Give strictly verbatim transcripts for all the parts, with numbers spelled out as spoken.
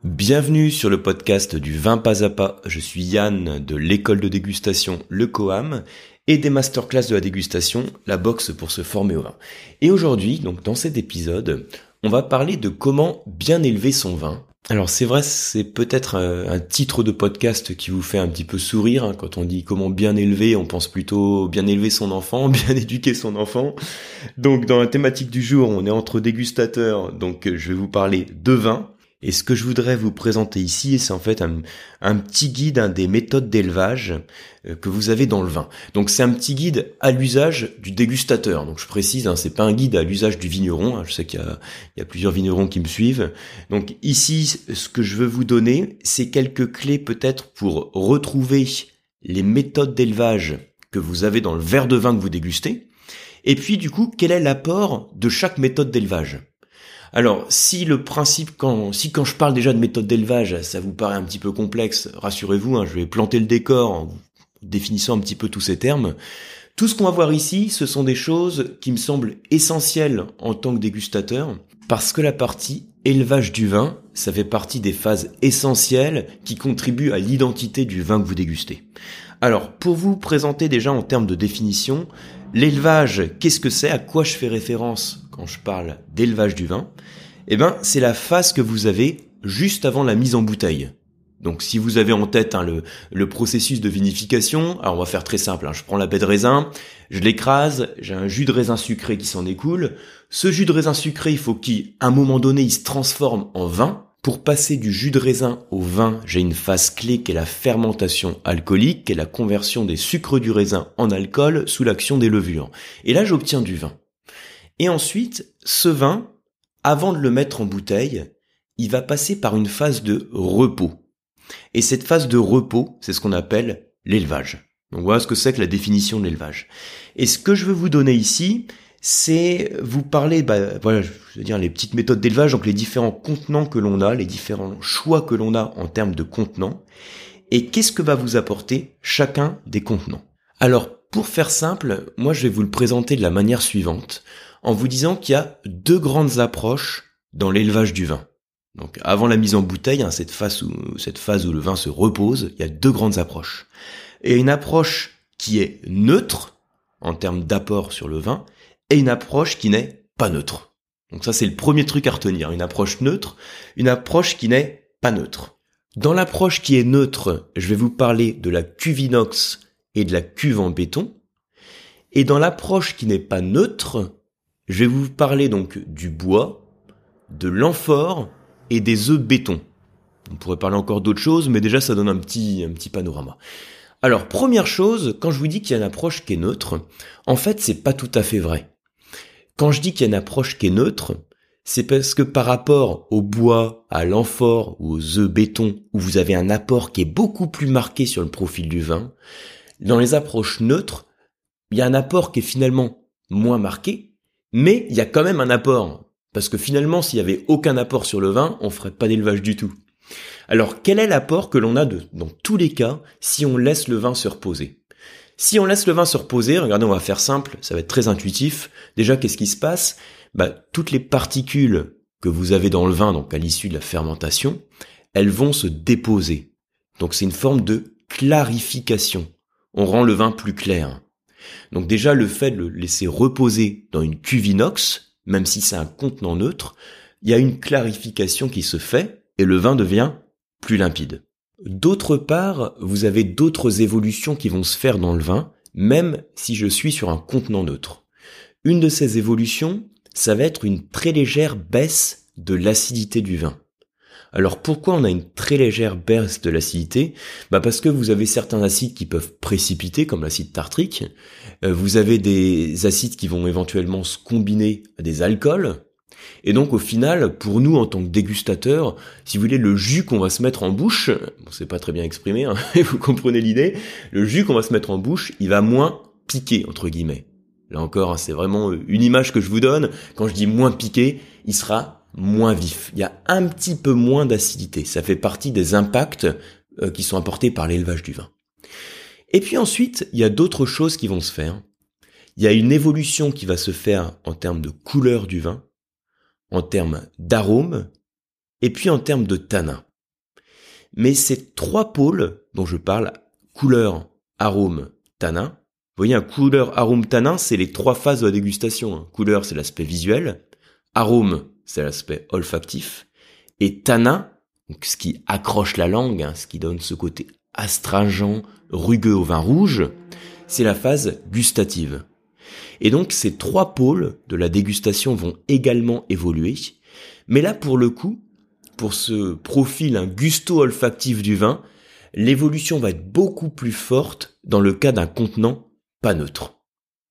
Bienvenue sur le podcast du vin pas à pas. Je suis Yann de l'école de dégustation Le Coam et des masterclass de la dégustation, la boxe pour se former au vin. Et aujourd'hui, donc dans cet épisode, on va parler de comment bien élever son vin. Alors c'est vrai, c'est peut-être un, un titre de podcast qui vous fait un petit peu sourire, hein. Quand on dit comment bien élever, on pense plutôt bien élever son enfant, bien éduquer son enfant. Donc dans la thématique du jour, on est entre dégustateurs, donc je vais vous parler de vin. Et ce que je voudrais vous présenter ici, c'est en fait un, un petit guide hein, des méthodes d'élevage euh, que vous avez dans le vin. Donc c'est un petit guide à l'usage du dégustateur. Donc je précise, hein, c'est pas un guide à l'usage du vigneron. Hein, je sais qu'il y a, il y a plusieurs vignerons qui me suivent. Donc ici, ce que je veux vous donner, c'est quelques clés peut-être pour retrouver les méthodes d'élevage que vous avez dans le verre de vin que vous dégustez. Et puis du coup, quel est l'apport de chaque méthode d'élevage ? Alors, si le principe, quand, si quand je parle déjà de méthode d'élevage, ça vous paraît un petit peu complexe, rassurez-vous, hein, je vais planter le décor en vous définissant un petit peu tous ces termes. Tout ce qu'on va voir ici, ce sont des choses qui me semblent essentielles en tant que dégustateur, parce que la partie élevage du vin, ça fait partie des phases essentielles qui contribuent à l'identité du vin que vous dégustez. Alors, pour vous présenter déjà en termes de définition, l'élevage, qu'est-ce que c'est ? À quoi je fais référence quand je parle d'élevage du vin ? Eh ben, c'est la phase que vous avez juste avant la mise en bouteille. Donc, si vous avez en tête hein, le, le processus de vinification, alors on va faire très simple. Hein, je prends la baie de raisin, je l'écrase, j'ai un jus de raisin sucré qui s'en écoule. Ce jus de raisin sucré, il faut qu'à un moment donné, il se transforme en vin. Pour passer du jus de raisin au vin, j'ai une phase clé qui est la fermentation alcoolique, qui est la conversion des sucres du raisin en alcool sous l'action des levures. Et là, j'obtiens du vin. Et ensuite, ce vin, avant de le mettre en bouteille, il va passer par une phase de repos. Et cette phase de repos, c'est ce qu'on appelle l'élevage. Donc voilà ce que c'est que la définition de l'élevage. Et ce que je veux vous donner ici, c'est vous parler, bah, voilà, je veux dire les petites méthodes d'élevage, donc les différents contenants que l'on a, les différents choix que l'on a en termes de contenants, et qu'est-ce que va vous apporter chacun des contenants. Alors, pour faire simple, moi je vais vous le présenter de la manière suivante, en vous disant qu'il y a deux grandes approches dans l'élevage du vin. Donc, avant la mise en bouteille, hein, cette phase où, cette phase où le vin se repose, il y a deux grandes approches. Et une approche qui est neutre, en termes d'apport sur le vin, et une approche qui n'est pas neutre. Donc ça, c'est le premier truc à retenir. Une approche neutre, une approche qui n'est pas neutre. Dans l'approche qui est neutre, je vais vous parler de la cuve inox et de la cuve en béton. Et dans l'approche qui n'est pas neutre, je vais vous parler donc du bois, de l'amphore et des œufs béton. On pourrait parler encore d'autres choses, mais déjà ça donne un petit, un petit panorama. Alors, première chose, quand je vous dis qu'il y a une approche qui est neutre, en fait, c'est pas tout à fait vrai. Quand je dis qu'il y a une approche qui est neutre, c'est parce que par rapport au bois, à l'amphore ou aux œufs béton, où vous avez un apport qui est beaucoup plus marqué sur le profil du vin, dans les approches neutres, il y a un apport qui est finalement moins marqué, mais il y a quand même un apport. Parce que finalement, s'il y avait aucun apport sur le vin, on ferait pas d'élevage du tout. Alors, quel est l'apport que l'on a de, dans tous les cas si on laisse le vin se reposer ? Si on laisse le vin se reposer, regardez, on va faire simple, ça va être très intuitif. Déjà, qu'est-ce qui se passe ? Bah, toutes les particules que vous avez dans le vin, donc à l'issue de la fermentation, elles vont se déposer. Donc, c'est une forme de clarification. On rend le vin plus clair. Donc déjà, le fait de le laisser reposer dans une cuve inox, même si c'est un contenant neutre, il y a une clarification qui se fait et le vin devient plus limpide. D'autre part, vous avez d'autres évolutions qui vont se faire dans le vin, même si je suis sur un contenant neutre. Une de ces évolutions, ça va être une très légère baisse de l'acidité du vin. Alors pourquoi on a une très légère baisse de l'acidité ? Bah parce que vous avez certains acides qui peuvent précipiter, comme l'acide tartrique. Euh, vous avez des acides qui vont éventuellement se combiner à des alcools. Et donc au final, pour nous en tant que dégustateurs, si vous voulez, le jus qu'on va se mettre en bouche, bon, c'est pas très bien exprimé, hein, vous comprenez l'idée, le jus qu'on va se mettre en bouche, il va moins piquer, entre guillemets. Là encore, hein, c'est vraiment une image que je vous donne. Quand je dis moins piqué, il sera moins vif. Il y a un petit peu moins d'acidité. Ça fait partie des impacts euh, qui sont apportés par l'élevage du vin. Et puis ensuite, il y a d'autres choses qui vont se faire. Il y a une évolution qui va se faire en termes de couleur du vin, en termes d'arôme, et puis en termes de tanin. Mais ces trois pôles dont je parle, couleur, arôme, tanin, vous voyez, un couleur, arôme, tanin, c'est les trois phases de la dégustation. Couleur, c'est l'aspect visuel. Arôme, c'est l'aspect olfactif. Et tanin, donc ce qui accroche la langue, hein, ce qui donne ce côté astringent, rugueux au vin rouge, c'est la phase gustative. Et donc, ces trois pôles de la dégustation vont également évoluer. Mais là, pour le coup, pour ce profil hein, gusto-olfactif du vin, l'évolution va être beaucoup plus forte dans le cas d'un contenant pas neutre.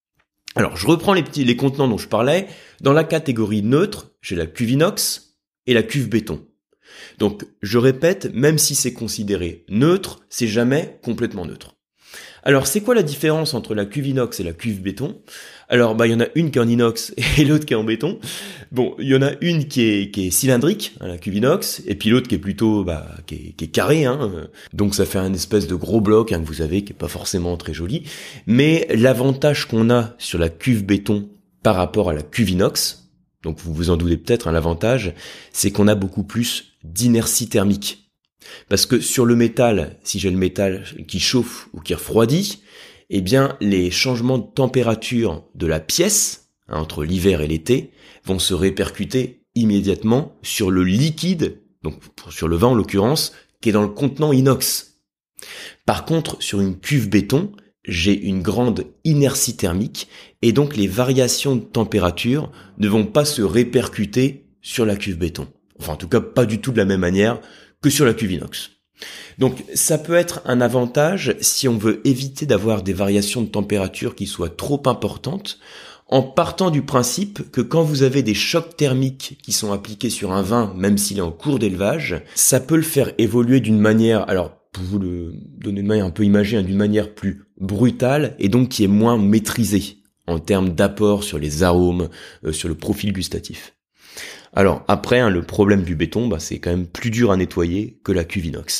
Alors, je reprends les petits, les contenants dont je parlais. Dans la catégorie neutre, j'ai la cuve inox et la cuve béton. Donc, je répète, même si c'est considéré neutre, c'est jamais complètement neutre. Alors, c'est quoi la différence entre la cuve inox et la cuve béton ? Alors, bah, il y en a une qui est en inox et l'autre qui est en béton. Bon, il y en a une qui est, qui est cylindrique, hein, la cuve inox, et puis l'autre qui est plutôt, bah, qui est, qui est carré, hein. Donc ça fait un espèce de gros bloc, hein, que vous avez, qui est pas forcément très joli. Mais l'avantage qu'on a sur la cuve béton par rapport à la cuve inox, donc vous vous en doutez peut-être, hein, l'avantage, c'est qu'on a beaucoup plus d'inertie thermique. Parce que sur le métal, si j'ai le métal qui chauffe ou qui refroidit, eh bien les changements de température de la pièce, hein, entre l'hiver et l'été, vont se répercuter immédiatement sur le liquide, donc sur le vin en l'occurrence, qui est dans le contenant inox. Par contre, sur une cuve béton, j'ai une grande inertie thermique et donc les variations de température ne vont pas se répercuter sur la cuve béton. Enfin, en tout cas, pas du tout de la même manière que sur la cuve inox. Donc, ça peut être un avantage si on veut éviter d'avoir des variations de température qui soient trop importantes, en partant du principe que quand vous avez des chocs thermiques qui sont appliqués sur un vin, même s'il est en cours d'élevage, ça peut le faire évoluer d'une manière, alors pour vous le donner de manière un peu imagée, hein, d'une manière plus brutale et donc qui est moins maîtrisée en termes d'apport sur les arômes, euh, sur le profil gustatif. Alors après, hein, le problème du béton, bah, c'est quand même plus dur à nettoyer que la cuve inox.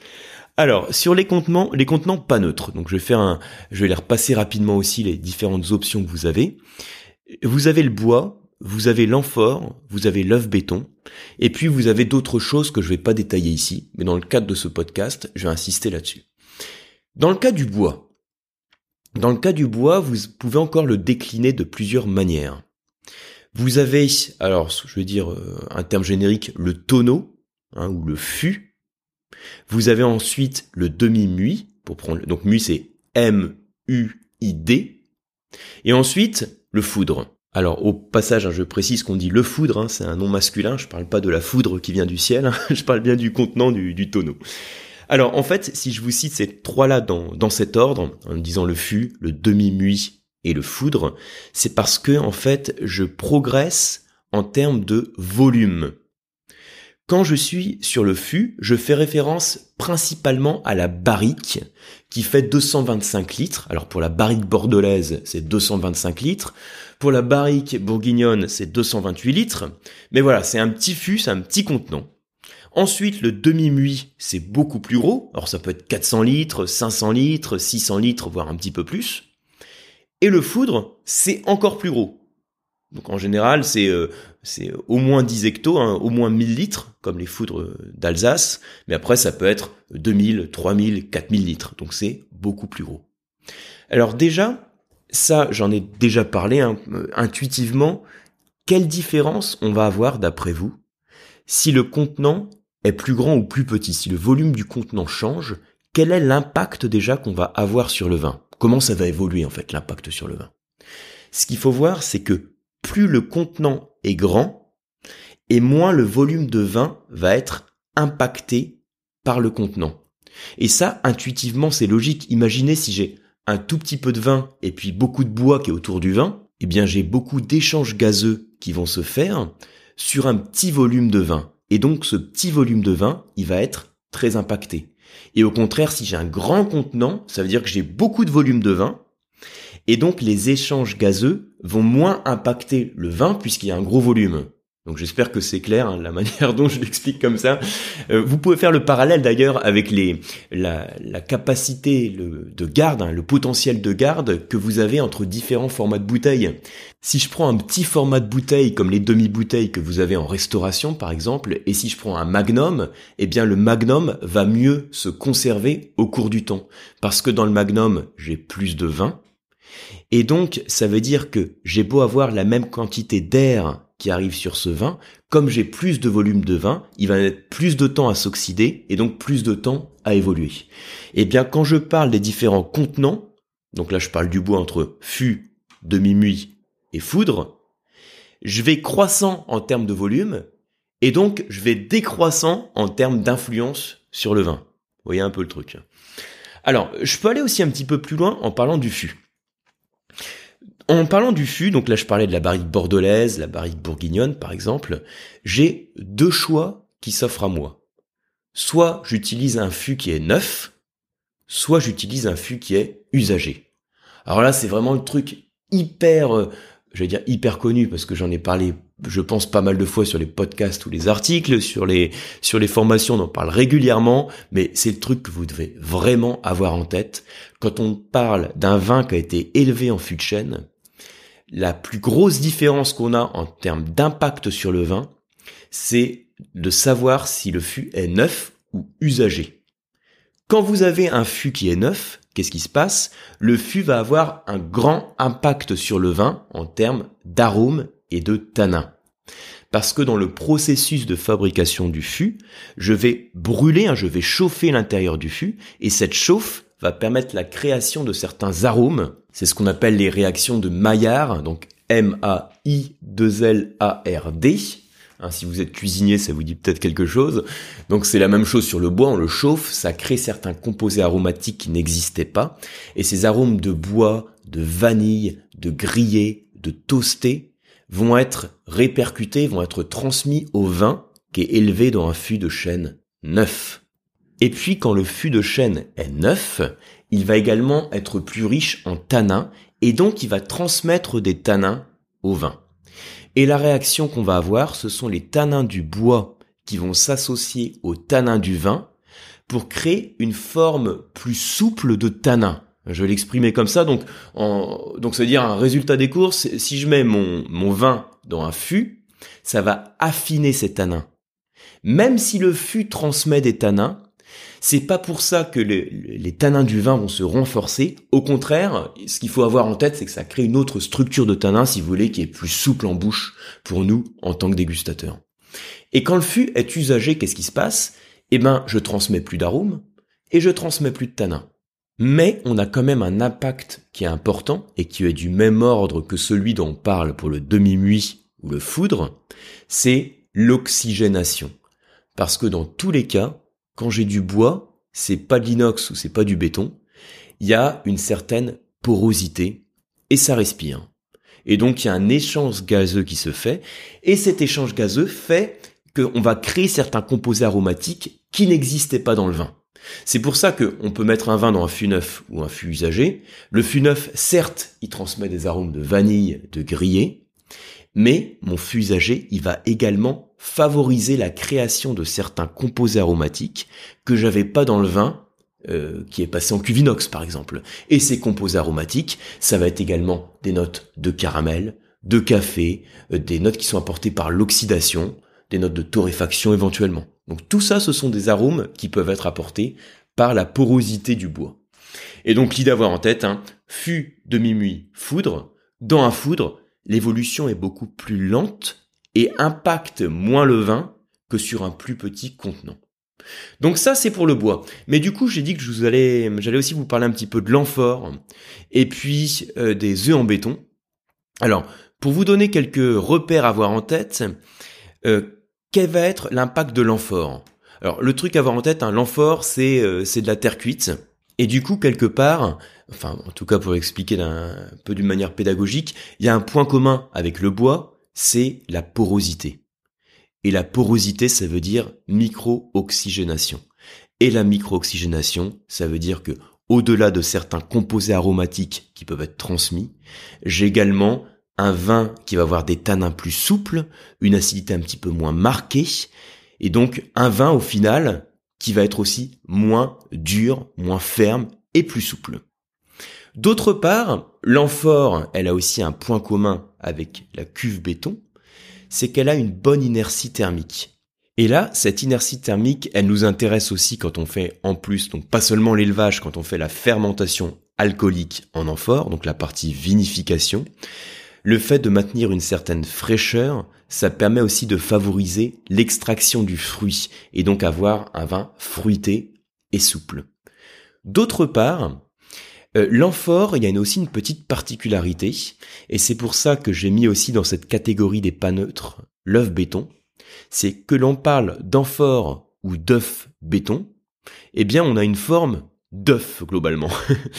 Alors sur les contenants, les contenants pas neutres. Donc je vais faire un, je vais les repasser rapidement aussi les différentes options que vous avez. Vous avez le bois, vous avez l'amphore, vous avez l'œuf béton, et puis vous avez d'autres choses que je vais pas détailler ici, mais dans le cadre de ce podcast, je vais insister là-dessus. Dans le cas du bois, dans le cas du bois, vous pouvez encore le décliner de plusieurs manières. Vous avez, alors je vais dire euh, un terme générique, le tonneau, hein, ou le fût. Vous avez ensuite le demi-muid, pour prendre, donc muid c'est M U I D. Et ensuite, le foudre. Alors au passage, hein, je précise qu'on dit le foudre, hein, c'est un nom masculin, je parle pas de la foudre qui vient du ciel, hein, je parle bien du contenant du, du tonneau. Alors en fait, si je vous cite ces trois-là dans, dans cet ordre, en disant le fût, le demi-muid, et le foudre, c'est parce que en fait, je progresse en termes de volume. Quand je suis sur le fût, je fais référence principalement à la barrique qui fait deux cent vingt-cinq litres. Alors pour la barrique bordelaise, c'est deux cent vingt-cinq litres. Pour la barrique bourguignonne, c'est deux cent vingt-huit litres. Mais voilà, c'est un petit fût, c'est un petit contenant. Ensuite, le demi-muid, c'est beaucoup plus gros. Alors ça peut être quatre cents litres, cinq cents litres, six cents litres, voire un petit peu plus. Et le foudre, c'est encore plus gros. Donc en général, c'est euh, c'est au moins dix hectos, hein, au moins mille litres, comme les foudres d'Alsace. Mais après, ça peut être deux mille, trois mille, quatre mille litres. Donc c'est beaucoup plus gros. Alors déjà, ça, j'en ai déjà parlé hein, intuitivement. Quelle différence on va avoir d'après vous si le contenant est plus grand ou plus petit, si le volume du contenant change? Quel est l'impact déjà qu'on va avoir sur le vin? Comment ça va évoluer en fait l'impact sur le vin? Ce qu'il faut voir, c'est que plus le contenant est grand, et moins le volume de vin va être impacté par le contenant. Et ça, intuitivement, c'est logique. Imaginez si j'ai un tout petit peu de vin et puis beaucoup de bois qui est autour du vin, eh bien j'ai beaucoup d'échanges gazeux qui vont se faire sur un petit volume de vin. Et donc ce petit volume de vin, il va être très impacté. Et au contraire, si j'ai un grand contenant, ça veut dire que j'ai beaucoup de volume de vin, et donc les échanges gazeux vont moins impacter le vin puisqu'il y a un gros volume. Donc j'espère que c'est clair, hein, la manière dont je l'explique comme ça. Euh, vous pouvez faire le parallèle d'ailleurs avec les la, la capacité le, de garde, hein, le potentiel de garde que vous avez entre différents formats de bouteilles. Si je prends un petit format de bouteille comme les demi-bouteilles que vous avez en restauration par exemple, et si je prends un magnum, eh bien le magnum va mieux se conserver au cours du temps. Parce que dans le magnum, j'ai plus de vin. Et donc, ça veut dire que j'ai beau avoir la même quantité d'air qui arrive sur ce vin, comme j'ai plus de volume de vin, il va mettre plus de temps à s'oxyder et donc plus de temps à évoluer. Et bien, quand je parle des différents contenants, donc là je parle du bois entre fût, demi-muit et foudre, je vais croissant en termes de volume et donc je vais décroissant en termes d'influence sur le vin. Vous voyez un peu le truc. Alors, je peux aller aussi un petit peu plus loin en parlant du fût. En parlant du fût, donc là je parlais de la barrique bordelaise, la barrique bourguignonne par exemple, j'ai deux choix qui s'offrent à moi. Soit j'utilise un fût qui est neuf, soit j'utilise un fût qui est usagé. Alors là c'est vraiment le truc hyper, euh, je vais dire hyper connu parce que j'en ai parlé, je pense pas mal de fois sur les podcasts ou les articles, sur les sur les formations, on en parle régulièrement, mais c'est le truc que vous devez vraiment avoir en tête. Quand on parle d'un vin qui a été élevé en fût de chêne, la plus grosse différence qu'on a en termes d'impact sur le vin, c'est de savoir si le fût est neuf ou usagé. Quand vous avez un fût qui est neuf, qu'est-ce qui se passe ? Le fût va avoir un grand impact sur le vin en termes d'arôme et de tanin. Parce que dans le processus de fabrication du fût, je vais brûler, hein, je vais chauffer l'intérieur du fût, et cette chauffe va permettre la création de certains arômes. C'est ce qu'on appelle les réactions de Maillard, donc M A I deux L A R D. Hein, si vous êtes cuisinier, ça vous dit peut-être quelque chose. Donc c'est la même chose sur le bois, on le chauffe, ça crée certains composés aromatiques qui n'existaient pas. Et ces arômes de bois, de vanille, de grillé, de toasté vont être répercutés, vont être transmis au vin qui est élevé dans un fût de chêne neuf. Et puis quand le fût de chêne est neuf, il va également être plus riche en tanins et donc il va transmettre des tanins au vin. Et la réaction qu'on va avoir, ce sont les tanins du bois qui vont s'associer aux tanins du vin pour créer une forme plus souple de tanin. Je vais l'exprimer comme ça, donc en, donc ça veut dire un résultat des courses, si je mets mon, mon vin dans un fût, ça va affiner ces tanins. Même si le fût transmet des tanins, c'est pas pour ça que les, les tanins du vin vont se renforcer. Au contraire, ce qu'il faut avoir en tête, c'est que ça crée une autre structure de tanin, si vous voulez, qui est plus souple en bouche pour nous en tant que dégustateurs. Et quand le fût est usagé, qu'est-ce qui se passe ? Eh ben, je transmets plus d'arômes et je transmets plus de tanins. Mais on a quand même un impact qui est important et qui est du même ordre que celui dont on parle pour le demi-muit ou le foudre, c'est l'oxygénation. Parce que dans tous les cas, quand j'ai du bois, c'est pas de l'inox ou c'est pas du béton, il y a une certaine porosité et ça respire. Et donc il y a un échange gazeux qui se fait et cet échange gazeux fait qu'on va créer certains composés aromatiques qui n'existaient pas dans le vin. C'est pour ça qu'on peut mettre un vin dans un fût neuf ou un fût usagé. Le fût neuf, certes, il transmet des arômes de vanille, de grillé, mais mon fût usagé, il va également favoriser la création de certains composés aromatiques que j'avais pas dans le vin euh, qui est passé en cuve inox par exemple. Et ces composés aromatiques, ça va être également des notes de caramel, de café, euh, des notes qui sont apportées par l'oxydation, des notes de torréfaction éventuellement. Donc tout ça, ce sont des arômes qui peuvent être apportés par la porosité du bois. Et donc l'idée à avoir en tête, hein, fût, demi-muit, foudre. Dans un foudre, l'évolution est beaucoup plus lente et impacte moins le vin que sur un plus petit contenant. Donc ça, c'est pour le bois. Mais du coup, j'ai dit que je vous allais, j'allais aussi vous parler un petit peu de l'amphore et puis euh, des œufs en béton. Alors, pour vous donner quelques repères à avoir en tête, euh, quel va être l'impact de l'amphore ? Alors, le truc à avoir en tête, hein, l'amphore, c'est euh, c'est de la terre cuite. Et du coup, quelque part, enfin, en tout cas pour expliquer d'un un peu d'une manière pédagogique, il y a un point commun avec le bois, c'est la porosité. Et la porosité, ça veut dire micro-oxygénation. Et la micro-oxygénation, ça veut dire que au-delà de certains composés aromatiques qui peuvent être transmis, j'ai également un vin qui va avoir des tanins plus souples, une acidité un petit peu moins marquée, et donc un vin au final qui va être aussi moins dur, moins ferme et plus souple. D'autre part, l'amphore, elle a aussi un point commun avec la cuve béton, c'est qu'elle a une bonne inertie thermique. Et là, cette inertie thermique, elle nous intéresse aussi quand on fait en plus, donc pas seulement l'élevage, quand on fait la fermentation alcoolique en amphore, donc la partie vinification. Le fait de maintenir une certaine fraîcheur, ça permet aussi de favoriser l'extraction du fruit et donc avoir un vin fruité et souple. D'autre part, euh, l'amphore, il y a aussi une petite particularité et c'est pour ça que j'ai mis aussi dans cette catégorie des pas neutres l'œuf béton. C'est que l'on parle d'amphore ou d'œuf béton, eh bien on a une forme d'œuf globalement.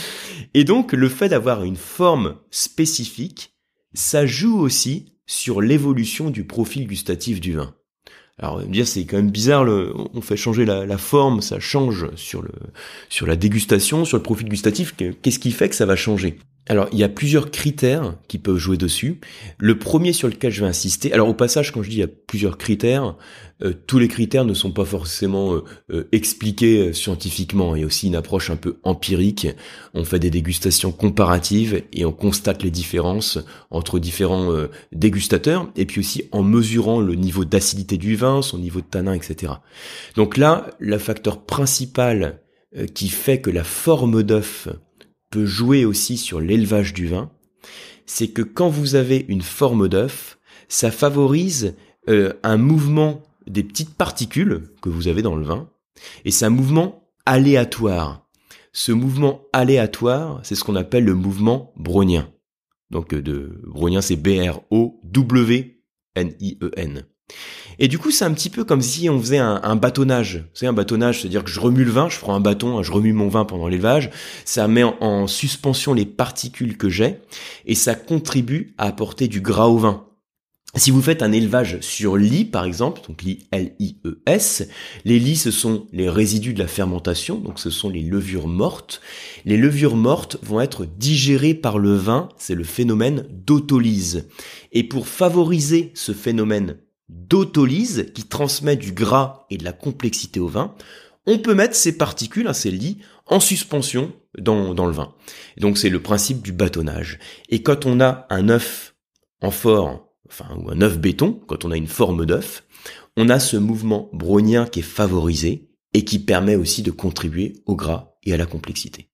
Et donc le fait d'avoir une forme spécifique, ça joue aussi sur l'évolution du profil gustatif du vin. Alors, on va me dire, c'est quand même bizarre, le, on fait changer la, la forme, ça change sur le, sur la dégustation, sur le profil gustatif. Qu'est-ce qui fait que ça va changer? Alors, il y a plusieurs critères qui peuvent jouer dessus. Le premier sur lequel je vais insister, alors au passage, quand je dis il y a plusieurs critères, euh, tous les critères ne sont pas forcément euh, euh, expliqués scientifiquement. Il y a aussi une approche un peu empirique. On fait des dégustations comparatives et on constate les différences entre différents euh, dégustateurs, et puis aussi en mesurant le niveau d'acidité du vin, son niveau de tanin, et cetera. Donc là, le facteur principal euh, qui fait que la forme d'œuf peut jouer aussi sur l'élevage du vin, c'est que quand vous avez une forme d'œuf, ça favorise euh, un mouvement des petites particules que vous avez dans le vin, et c'est un mouvement aléatoire. Ce mouvement aléatoire, c'est ce qu'on appelle le mouvement brownien. Donc de brownien, c'est B R O W N I E N. Et du coup, c'est un petit peu comme si on faisait un, un bâtonnage. Vous savez, un bâtonnage, c'est-à-dire que je remue le vin, je prends un bâton, je remue mon vin pendant l'élevage, ça met en, en suspension les particules que j'ai, et ça contribue à apporter du gras au vin. Si vous faites un élevage sur lit, par exemple, donc lit L I E S, les lits, ce sont les résidus de la fermentation, donc ce sont les levures mortes. Les levures mortes vont être digérées par le vin, c'est le phénomène d'autolyse. Et pour favoriser ce phénomène d'autolyse qui transmet du gras et de la complexité au vin, on peut mettre ces particules, hein, ces lits, en suspension dans, dans le vin. Et donc c'est le principe du bâtonnage. Et quand on a un œuf amphore, enfin ou un œuf béton, quand on a une forme d'œuf, on a ce mouvement brownien qui est favorisé et qui permet aussi de contribuer au gras et à la complexité.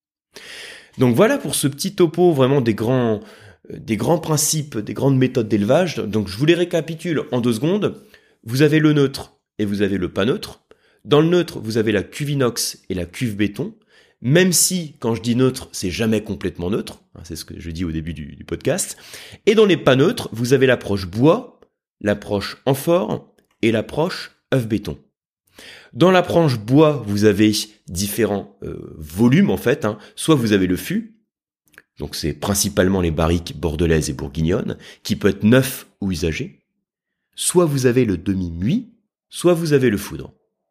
Donc voilà pour ce petit topo vraiment des grands des grands principes, des grandes méthodes d'élevage. Donc je vous les récapitule en deux secondes. Vous avez le neutre et vous avez le pas neutre. Dans le neutre, vous avez la cuve inox et la cuve béton. Même si, quand je dis neutre, c'est jamais complètement neutre. C'est ce que je dis au début du, du podcast. Et dans les pas neutres, vous avez l'approche bois, l'approche amphore et l'approche œuf béton. Dans l'approche bois, vous avez différents euh, volumes en fait. Hein. Soit vous avez le fût, donc c'est principalement les barriques bordelaises et bourguignonnes, qui peut être neuf ou usagé. Soit vous avez le demi-muit, soit vous avez le foudre.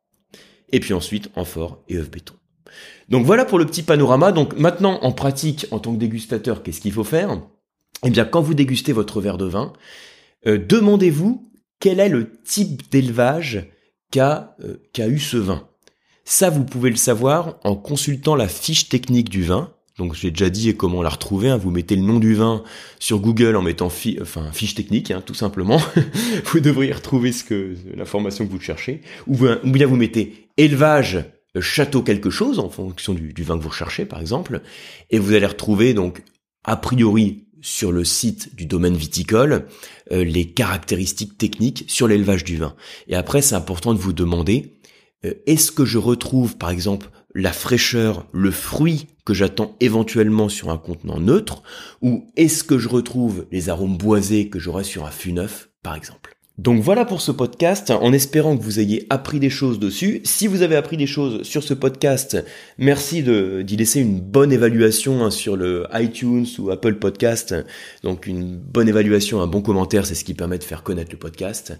Et puis ensuite, amphore et œuf béton. Donc voilà pour le petit panorama. Donc maintenant, en pratique, en tant que dégustateur, qu'est-ce qu'il faut faire? Eh bien, quand vous dégustez votre verre de vin, euh, demandez-vous quel est le type d'élevage qu'a, euh, qu'a eu ce vin. Ça, vous pouvez le savoir en consultant la fiche technique du vin. Donc j'ai déjà dit comment la retrouver, hein. Vous mettez le nom du vin sur Google en mettant fi- enfin, fiche technique, hein, tout simplement. Vous devriez retrouver ce que l'information que vous cherchez. Ou bien vous mettez élevage château quelque chose en fonction du, du vin que vous recherchez par exemple, et vous allez retrouver donc a priori sur le site du domaine viticole euh, les caractéristiques techniques sur l'élevage du vin. Et après c'est important de vous demander euh, est-ce que je retrouve par exemple la fraîcheur, le fruit que j'attends éventuellement sur un contenant neutre, ou est-ce que je retrouve les arômes boisés que j'aurais sur un fût neuf, par exemple. Donc voilà pour ce podcast, en espérant que vous ayez appris des choses dessus. Si vous avez appris des choses sur ce podcast, merci de, d'y laisser une bonne évaluation hein, sur le iTunes ou Apple Podcast. Donc une bonne évaluation, un bon commentaire, c'est ce qui permet de faire connaître le podcast.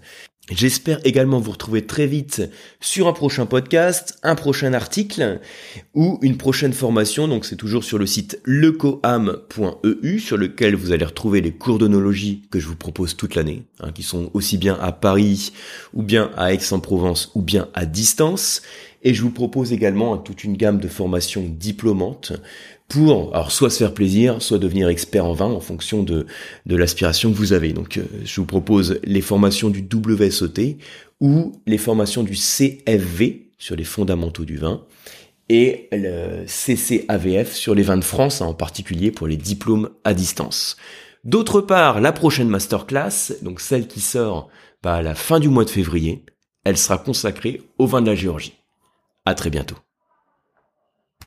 J'espère également vous retrouver très vite sur un prochain podcast, un prochain article ou une prochaine formation. Donc c'est toujours sur le site lecoam point e u sur lequel vous allez retrouver les cours d'onologie que je vous propose toute l'année, hein, qui sont aussi bien à Paris ou bien à Aix-en-Provence ou bien à distance. Et je vous propose également toute une gamme de formations diplômantes pour, alors soit se faire plaisir, soit devenir expert en vin en fonction de de l'aspiration que vous avez. Donc, euh, je vous propose les formations du W S O T ou les formations du C F V sur les fondamentaux du vin et le C C A V F sur les vins de France, hein, en particulier pour les diplômes à distance. D'autre part, la prochaine masterclass, donc celle qui sort bah, à la fin du mois de février, elle sera consacrée au vin de la Géorgie. À très bientôt.